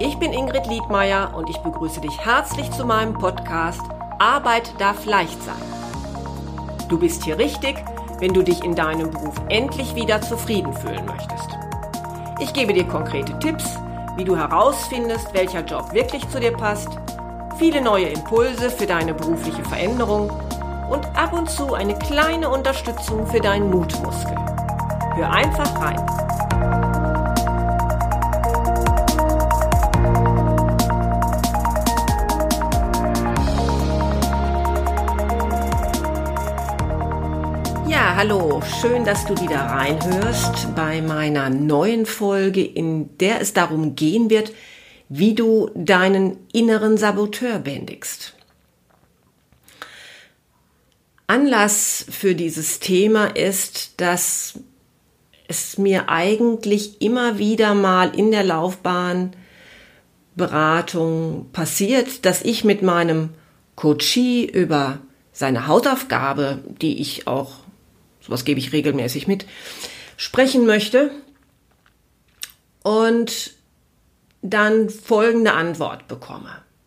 Ich bin Ingrid Liedmeier und ich begrüße dich herzlich zu meinem Podcast Arbeit darf leicht sein. Du bist hier richtig, wenn du dich in deinem Beruf endlich wieder zufrieden fühlen möchtest. Ich gebe dir konkrete Tipps, wie du herausfindest, welcher Job wirklich zu dir passt, viele neue Impulse für deine berufliche Veränderung und ab und zu eine kleine Unterstützung für deinen Mutmuskel. Hör einfach rein. Ja, hallo, schön, dass du wieder reinhörst bei meiner neuen Folge, in der es darum gehen wird, wie du deinen inneren Saboteur bändigst. Anlass für dieses Thema ist, dass es mir eigentlich immer wieder mal in der Laufbahn Beratung passiert, dass ich mit meinem Coachee über seine Hausaufgabe, die ich auch, sowas gebe ich regelmäßig mit, sprechen möchte und dann folgende Antwort bekomme.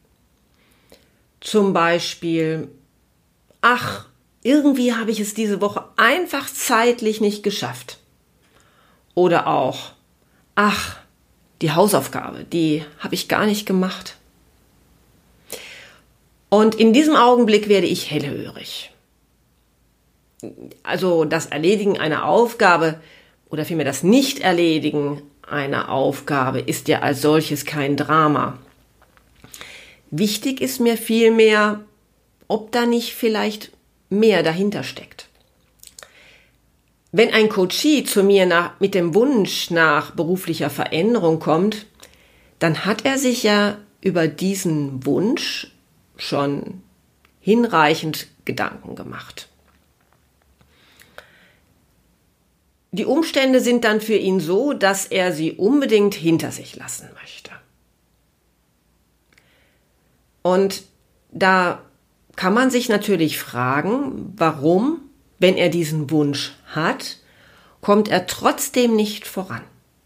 Zum Beispiel, ach, irgendwie habe ich es diese Woche einfach zeitlich nicht geschafft. Oder auch, ach, die Hausaufgabe, die habe ich gar nicht gemacht. Und in diesem Augenblick werde ich hellhörig. Also das Erledigen einer Aufgabe oder vielmehr das Nicht-Erledigen einer Aufgabe ist ja als solches kein Drama. Wichtig ist mir vielmehr, ob da nicht vielleicht mehr dahinter steckt. Wenn ein Coachee zu mir mit dem Wunsch nach beruflicher Veränderung kommt, dann hat er sich ja über diesen Wunsch schon hinreichend Gedanken gemacht. Die Umstände sind dann für ihn so, dass er sie unbedingt hinter sich lassen möchte. Und da kann man sich natürlich fragen, warum, wenn er diesen Wunsch hat, kommt er trotzdem nicht voran.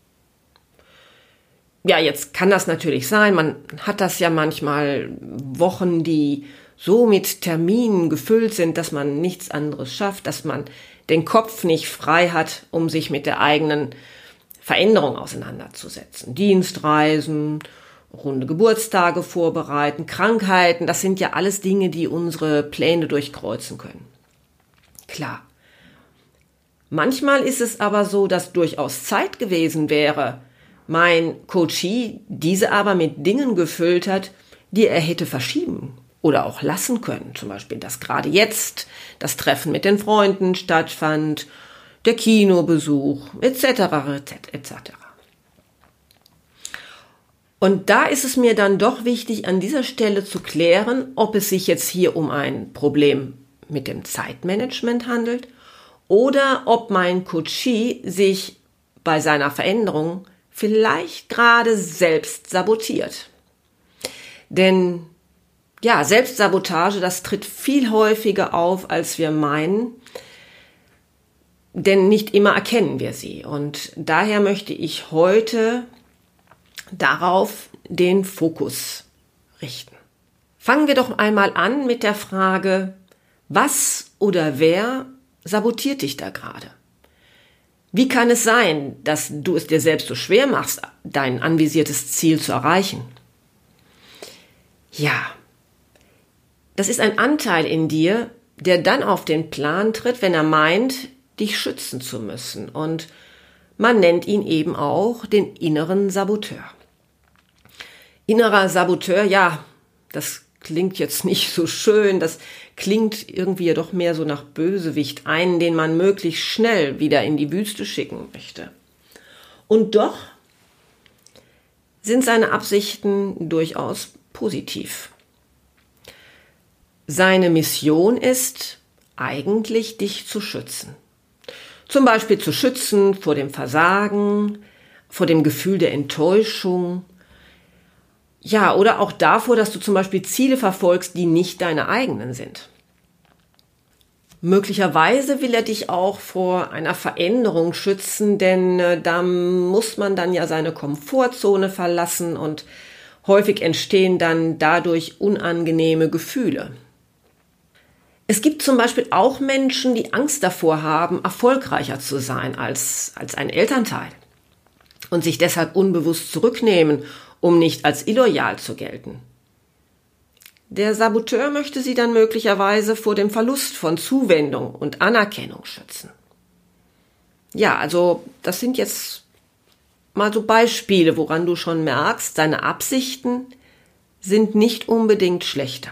Ja, jetzt kann das natürlich sein, man hat das ja manchmal Wochen, die so mit Terminen gefüllt sind, dass man nichts anderes schafft, dass man den Kopf nicht frei hat, um sich mit der eigenen Veränderung auseinanderzusetzen. Dienstreisen, runde Geburtstage vorbereiten, Krankheiten, das sind ja alles Dinge, die unsere Pläne durchkreuzen können. Klar. Manchmal ist es aber so, dass durchaus Zeit gewesen wäre, mein Coachee diese aber mit Dingen gefüllt hat, die er hätte verschieben oder auch lassen können. Zum Beispiel, dass gerade jetzt das Treffen mit den Freunden stattfand, der Kinobesuch, etc. etc. Und da ist es mir dann doch wichtig, an dieser Stelle zu klären, ob es sich jetzt hier um ein Problem mit dem Zeitmanagement handelt oder ob mein Coachee sich bei seiner Veränderung vielleicht gerade selbst sabotiert. Denn ja, Selbstsabotage, das tritt viel häufiger auf, als wir meinen, denn nicht immer erkennen wir sie. Und daher möchte ich heute darauf den Fokus richten. Fangen wir doch einmal an mit der Frage, was oder wer sabotiert dich da gerade? Wie kann es sein, dass du es dir selbst so schwer machst, dein anvisiertes Ziel zu erreichen? Ja, das ist ein Anteil in dir, der dann auf den Plan tritt, wenn er meint, dich schützen zu müssen. Und man nennt ihn eben auch den inneren Saboteur. Innerer Saboteur, ja, das klingt jetzt nicht so schön, das klingt irgendwie ja doch mehr so nach Bösewicht, einen, den man möglichst schnell wieder in die Wüste schicken möchte. Und doch sind seine Absichten durchaus positiv. Seine Mission ist eigentlich, dich zu schützen. Zum Beispiel zu schützen vor dem Versagen, vor dem Gefühl der Enttäuschung, ja, oder auch davor, dass du zum Beispiel Ziele verfolgst, die nicht deine eigenen sind. Möglicherweise will er dich auch vor einer Veränderung schützen, denn da muss man dann ja seine Komfortzone verlassen und Häufig entstehen dann dadurch unangenehme Gefühle. Es gibt zum Beispiel auch Menschen, die Angst davor haben, erfolgreicher zu sein als ein Elternteil und sich deshalb unbewusst zurücknehmen, um nicht als illoyal zu gelten. Der Saboteur möchte sie dann möglicherweise vor dem Verlust von Zuwendung und Anerkennung schützen. Ja, also das sind jetzt mal so Beispiele, woran du schon merkst, seine Absichten sind nicht unbedingt schlechter.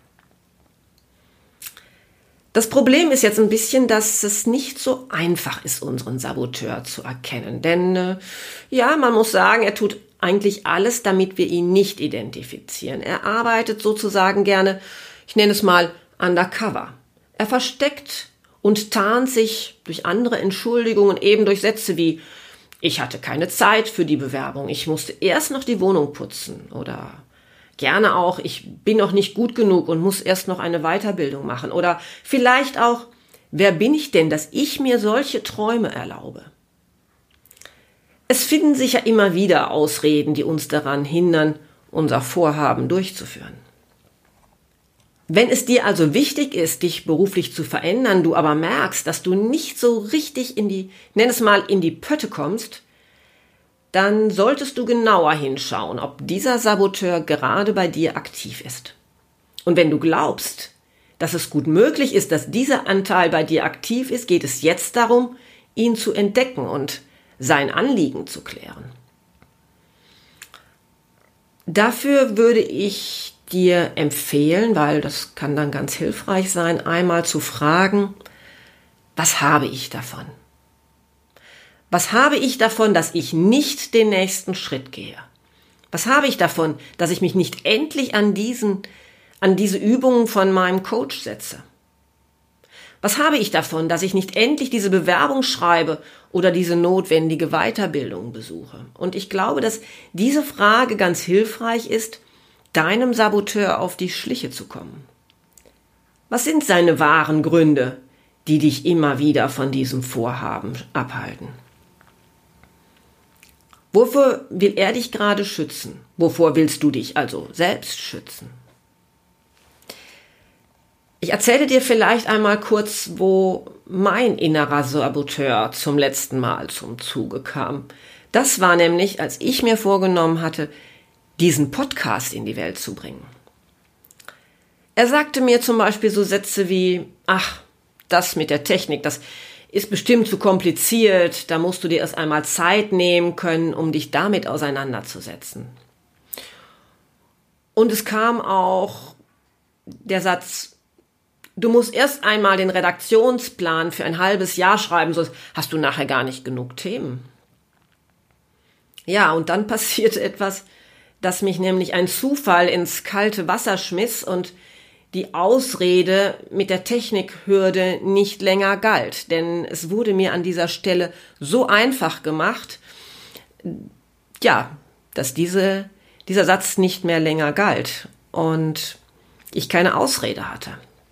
Das Problem ist jetzt ein bisschen, dass es nicht so einfach ist, unseren Saboteur zu erkennen. Denn man muss sagen, er tut eigentlich alles, damit wir ihn nicht identifizieren. Er arbeitet sozusagen gerne, ich nenne es mal, undercover. Er versteckt und tarnt sich durch andere Entschuldigungen, eben durch Sätze wie: Ich hatte keine Zeit für die Bewerbung, ich musste erst noch die Wohnung putzen, oder gerne auch: Ich bin noch nicht gut genug und muss erst noch eine Weiterbildung machen, oder vielleicht auch: Wer bin ich denn, dass ich mir solche Träume erlaube? Es finden sich ja immer wieder Ausreden, die uns daran hindern, unser Vorhaben durchzuführen. Wenn es dir also wichtig ist, dich beruflich zu verändern, du aber merkst, dass du nicht so richtig in die Pötte kommst, dann solltest du genauer hinschauen, ob dieser Saboteur gerade bei dir aktiv ist. Und wenn du glaubst, dass es gut möglich ist, dass dieser Anteil bei dir aktiv ist, geht es jetzt darum, ihn zu entdecken und sein Anliegen zu klären. Dafür würde ich dir empfehlen, weil das kann dann ganz hilfreich sein, einmal zu fragen: Was habe ich davon? Was habe ich davon, dass ich nicht den nächsten Schritt gehe? Was habe ich davon, dass ich mich nicht endlich an diese Übungen von meinem Coach setze? Was habe ich davon, dass ich nicht endlich diese Bewerbung schreibe oder diese notwendige Weiterbildung besuche? Und ich glaube, dass diese Frage ganz hilfreich ist, deinem Saboteur auf die Schliche zu kommen. Was sind seine wahren Gründe, die dich immer wieder von diesem Vorhaben abhalten? Wofür will er dich gerade schützen? Wovor willst du dich also selbst schützen? Ich erzähle dir vielleicht einmal kurz, wo mein innerer Saboteur zum letzten Mal zum Zuge kam. Das war nämlich, als ich mir vorgenommen hatte, diesen Podcast in die Welt zu bringen. Er sagte mir zum Beispiel so Sätze wie: Ach, das mit der Technik, das ist bestimmt zu kompliziert, da musst du dir erst einmal Zeit nehmen können, um dich damit auseinanderzusetzen. Und es kam auch der Satz: Du musst erst einmal den Redaktionsplan für ein halbes Jahr schreiben, sonst hast du nachher gar nicht genug Themen. Ja, und dann passierte etwas, dass mich nämlich ein Zufall ins kalte Wasser schmiss und die Ausrede mit der Technikhürde nicht länger galt. Denn es wurde mir an dieser Stelle so einfach gemacht, dass dieser Satz nicht mehr länger galt und ich keine Ausrede hatte.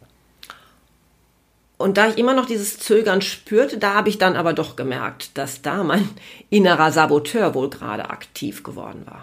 Und da ich immer noch dieses Zögern spürte, da habe ich dann aber doch gemerkt, dass da mein innerer Saboteur wohl gerade aktiv geworden war.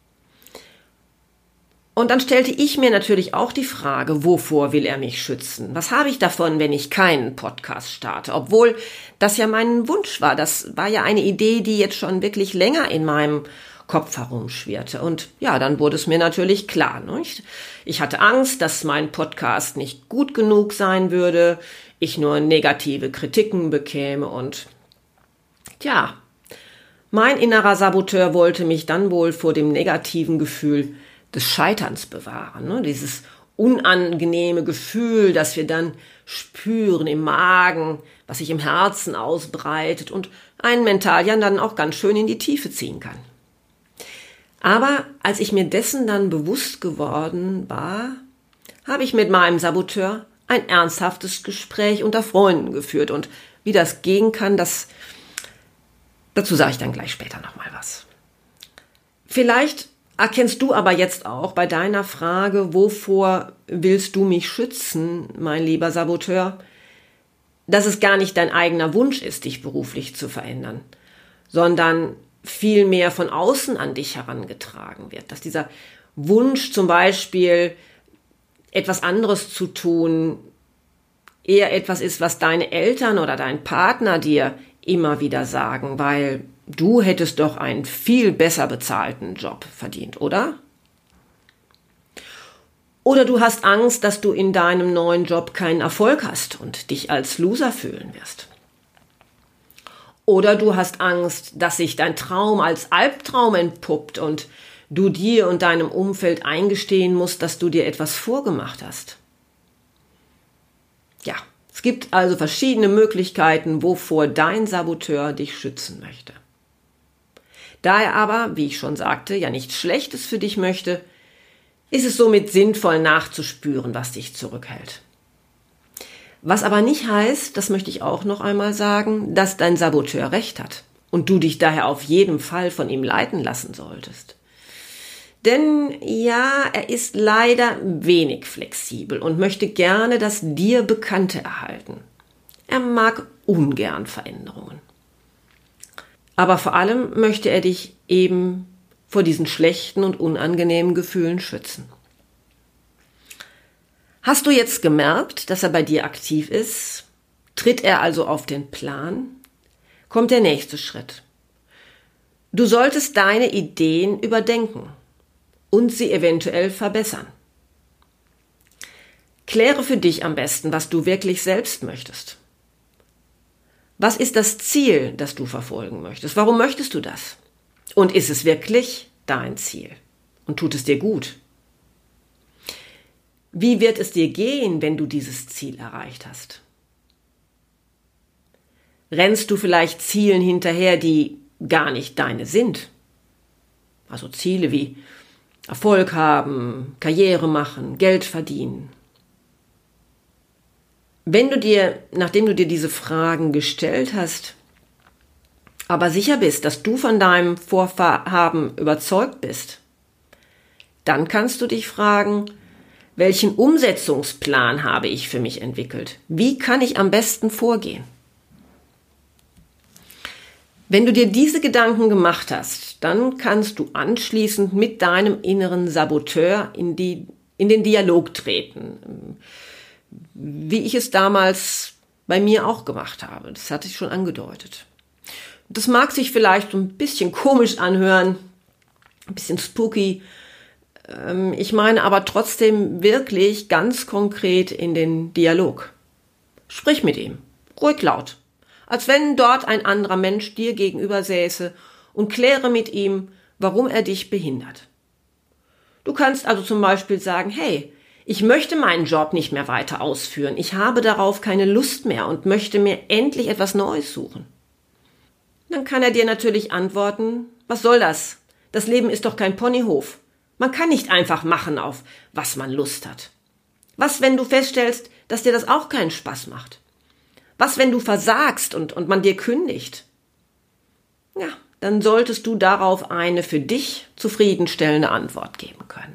Und dann stellte ich mir natürlich auch die Frage: Wovor will er mich schützen? Was habe ich davon, wenn ich keinen Podcast starte? Obwohl das ja mein Wunsch war. Das war ja eine Idee, die jetzt schon wirklich länger in meinem Kopf herumschwirrte. Und ja, dann wurde es mir natürlich klar, nicht? Ich hatte Angst, dass mein Podcast nicht gut genug sein würde, ich nur negative Kritiken bekäme und mein innerer Saboteur wollte mich dann wohl vor dem negativen Gefühl des Scheiterns bewahren. Ne? Dieses unangenehme Gefühl, das wir dann spüren im Magen, was sich im Herzen ausbreitet und einen mental ja dann auch ganz schön in die Tiefe ziehen kann. Aber als ich mir dessen dann bewusst geworden war, habe ich mit meinem Saboteur ein ernsthaftes Gespräch unter Freunden geführt. Und wie das gehen kann, dazu sage ich dann gleich später nochmal was. Vielleicht erkennst du aber jetzt auch bei deiner Frage: Wovor willst du mich schützen, mein lieber Saboteur, dass es gar nicht dein eigener Wunsch ist, dich beruflich zu verändern, sondern viel mehr von außen an dich herangetragen wird, dass dieser Wunsch zum Beispiel, etwas anderes zu tun, eher etwas ist, was deine Eltern oder dein Partner dir immer wieder sagen, weil du hättest doch einen viel besser bezahlten Job verdient, oder? Oder du hast Angst, dass du in deinem neuen Job keinen Erfolg hast und dich als Loser fühlen wirst. Oder du hast Angst, dass sich dein Traum als Albtraum entpuppt und du dir und deinem Umfeld eingestehen musst, dass du dir etwas vorgemacht hast. Ja, es gibt also verschiedene Möglichkeiten, wovor dein Saboteur dich schützen möchte. Da er aber, wie ich schon sagte, ja nichts Schlechtes für dich möchte, ist es somit sinnvoll nachzuspüren, was dich zurückhält. Was aber nicht heißt, das möchte ich auch noch einmal sagen, dass dein Saboteur recht hat und du dich daher auf jeden Fall von ihm leiten lassen solltest. Denn ja, er ist leider wenig flexibel und möchte gerne das dir Bekannte erhalten. Er mag ungern Veränderungen. Aber vor allem möchte er dich eben vor diesen schlechten und unangenehmen Gefühlen schützen. Hast du jetzt gemerkt, dass er bei dir aktiv ist? Tritt er also auf den Plan? Kommt der nächste Schritt. Du solltest deine Ideen überdenken und sie eventuell verbessern. Kläre für dich am besten, was du wirklich selbst möchtest. Was ist das Ziel, das du verfolgen möchtest? Warum möchtest du das? Und ist es wirklich dein Ziel? Und tut es dir gut? Wie wird es dir gehen, wenn du dieses Ziel erreicht hast? Rennst du vielleicht Zielen hinterher, die gar nicht deine sind? Also Ziele wie Erfolg haben, Karriere machen, Geld verdienen. Wenn du dir, nachdem du dir diese Fragen gestellt hast, aber sicher bist, dass du von deinem Vorhaben überzeugt bist, dann kannst du dich fragen, welchen Umsetzungsplan habe ich für mich entwickelt? Wie kann ich am besten vorgehen? Wenn du dir diese Gedanken gemacht hast, dann kannst du anschließend mit deinem inneren Saboteur in den Dialog treten, wie ich es damals bei mir auch gemacht habe. Das hatte ich schon angedeutet. Das mag sich vielleicht so ein bisschen komisch anhören, ein bisschen spooky. Ich meine aber trotzdem wirklich ganz konkret in den Dialog. Sprich mit ihm, ruhig laut, als wenn dort ein anderer Mensch dir gegenüber säße und kläre mit ihm, warum er dich behindert. Du kannst also zum Beispiel sagen, hey, ich möchte meinen Job nicht mehr weiter ausführen, ich habe darauf keine Lust mehr und möchte mir endlich etwas Neues suchen. Dann kann er dir natürlich antworten, was soll das? Das Leben ist doch kein Ponyhof. Man kann nicht einfach machen, auf was man Lust hat. Was, wenn du feststellst, dass dir das auch keinen Spaß macht? Was, wenn du versagst und man dir kündigt? Ja, dann solltest du darauf eine für dich zufriedenstellende Antwort geben können.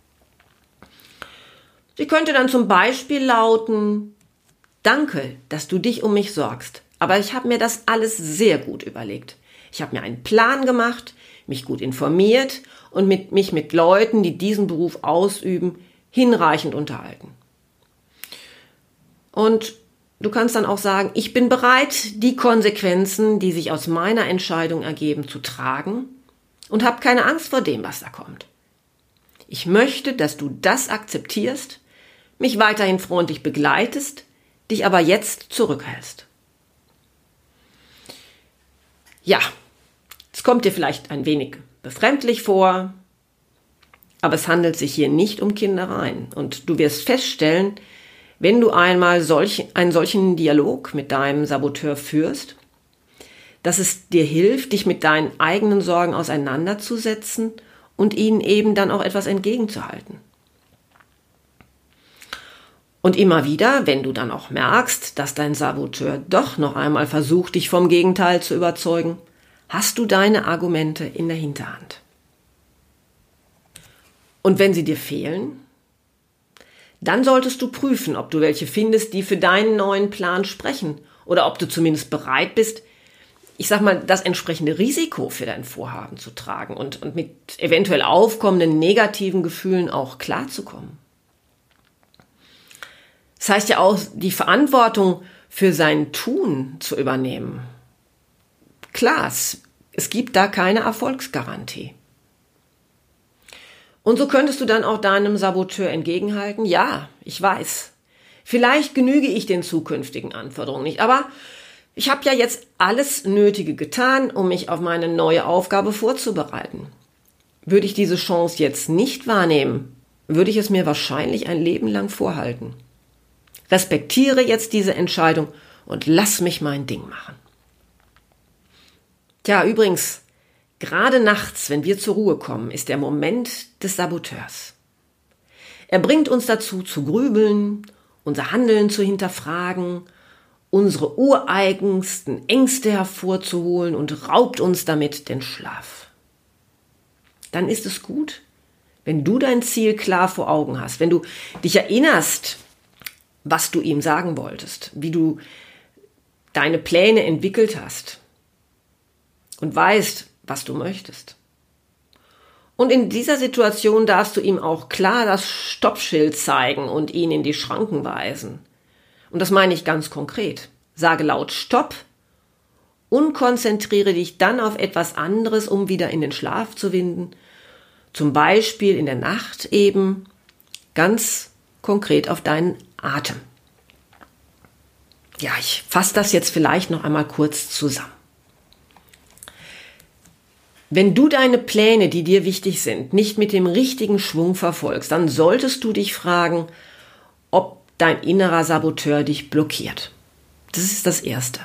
Sie könnte dann zum Beispiel lauten, danke, dass du dich um mich sorgst, aber ich habe mir das alles sehr gut überlegt. Ich habe mir einen Plan gemacht, mich gut informiert und mich mit Leuten, die diesen Beruf ausüben, hinreichend unterhalten. Und du kannst dann auch sagen, ich bin bereit, die Konsequenzen, die sich aus meiner Entscheidung ergeben, zu tragen und habe keine Angst vor dem, was da kommt. Ich möchte, dass du das akzeptierst, mich weiterhin freundlich begleitest, dich aber jetzt zurückhältst. Ja, es kommt dir vielleicht ein wenig befremdlich vor, aber es handelt sich hier nicht um Kindereien. Und du wirst feststellen, wenn du einmal einen solchen Dialog mit deinem Saboteur führst, dass es dir hilft, dich mit deinen eigenen Sorgen auseinanderzusetzen und ihnen eben dann auch etwas entgegenzuhalten. Und immer wieder, wenn du dann auch merkst, dass dein Saboteur doch noch einmal versucht, dich vom Gegenteil zu überzeugen, hast du deine Argumente in der Hinterhand. Und wenn sie dir fehlen, dann solltest du prüfen, ob du welche findest, die für deinen neuen Plan sprechen oder ob du zumindest bereit bist, ich sag mal, das entsprechende Risiko für dein Vorhaben zu tragen und mit eventuell aufkommenden negativen Gefühlen auch klarzukommen. Das heißt ja auch, die Verantwortung für sein Tun zu übernehmen. Klar, es gibt da keine Erfolgsgarantie. Und so könntest du dann auch deinem Saboteur entgegenhalten, ja, ich weiß, vielleicht genüge ich den zukünftigen Anforderungen nicht, aber ich habe ja jetzt alles Nötige getan, um mich auf meine neue Aufgabe vorzubereiten. Würde ich diese Chance jetzt nicht wahrnehmen, würde ich es mir wahrscheinlich ein Leben lang vorhalten. Respektiere jetzt diese Entscheidung und lass mich mein Ding machen. Tja, übrigens, gerade nachts, wenn wir zur Ruhe kommen, ist der Moment des Saboteurs. Er bringt uns dazu zu grübeln, unser Handeln zu hinterfragen, unsere ureigensten Ängste hervorzuholen und raubt uns damit den Schlaf. Dann ist es gut, wenn du dein Ziel klar vor Augen hast, wenn du dich erinnerst, was du ihm sagen wolltest, wie du deine Pläne entwickelt hast und weißt, was du möchtest. Und in dieser Situation darfst du ihm auch klar das Stoppschild zeigen und ihn in die Schranken weisen. Und das meine ich ganz konkret. Sage laut Stopp und konzentriere dich dann auf etwas anderes, um wieder in den Schlaf zu finden. Zum Beispiel in der Nacht eben ganz konkret auf deinen Atem. Ja, ich fasse das jetzt vielleicht noch einmal kurz zusammen. Wenn du deine Pläne, die dir wichtig sind, nicht mit dem richtigen Schwung verfolgst, dann solltest du dich fragen, ob dein innerer Saboteur dich blockiert. Das ist das Erste.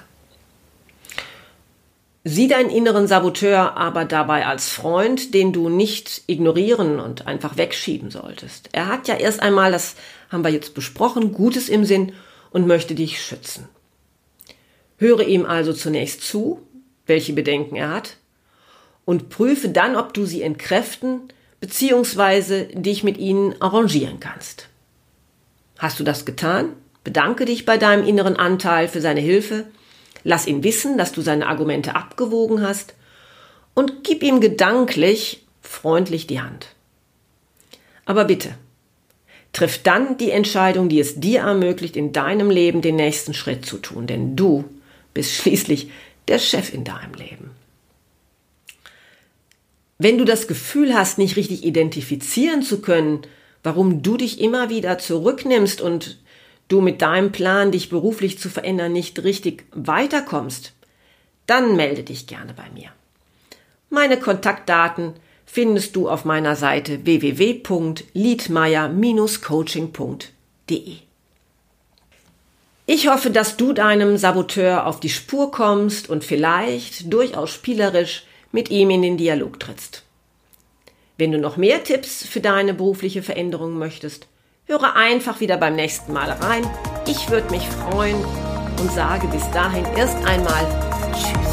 Sieh deinen inneren Saboteur aber dabei als Freund, den du nicht ignorieren und einfach wegschieben solltest. Er hat ja erst einmal, das haben wir jetzt besprochen, Gutes im Sinn und möchte dich schützen. Höre ihm also zunächst zu, welche Bedenken er hat, und prüfe dann, ob du sie entkräften bzw. dich mit ihnen arrangieren kannst. Hast du das getan? Bedanke dich bei deinem inneren Anteil für seine Hilfe, lass ihn wissen, dass du seine Argumente abgewogen hast und gib ihm gedanklich freundlich die Hand. Aber bitte, triff dann die Entscheidung, die es dir ermöglicht, in deinem Leben den nächsten Schritt zu tun, denn du bist schließlich der Chef in deinem Leben. Wenn du das Gefühl hast, nicht richtig identifizieren zu können, warum du dich immer wieder zurücknimmst und du mit deinem Plan, dich beruflich zu verändern, nicht richtig weiterkommst, dann melde dich gerne bei mir. Meine Kontaktdaten findest du auf meiner Seite www.liedmeier-coaching.de. Ich hoffe, dass du deinem Saboteur auf die Spur kommst und vielleicht durchaus spielerisch mit ihm in den Dialog trittst. Wenn du noch mehr Tipps für deine berufliche Veränderung möchtest, höre einfach wieder beim nächsten Mal rein. Ich würde mich freuen und sage bis dahin erst einmal Tschüss.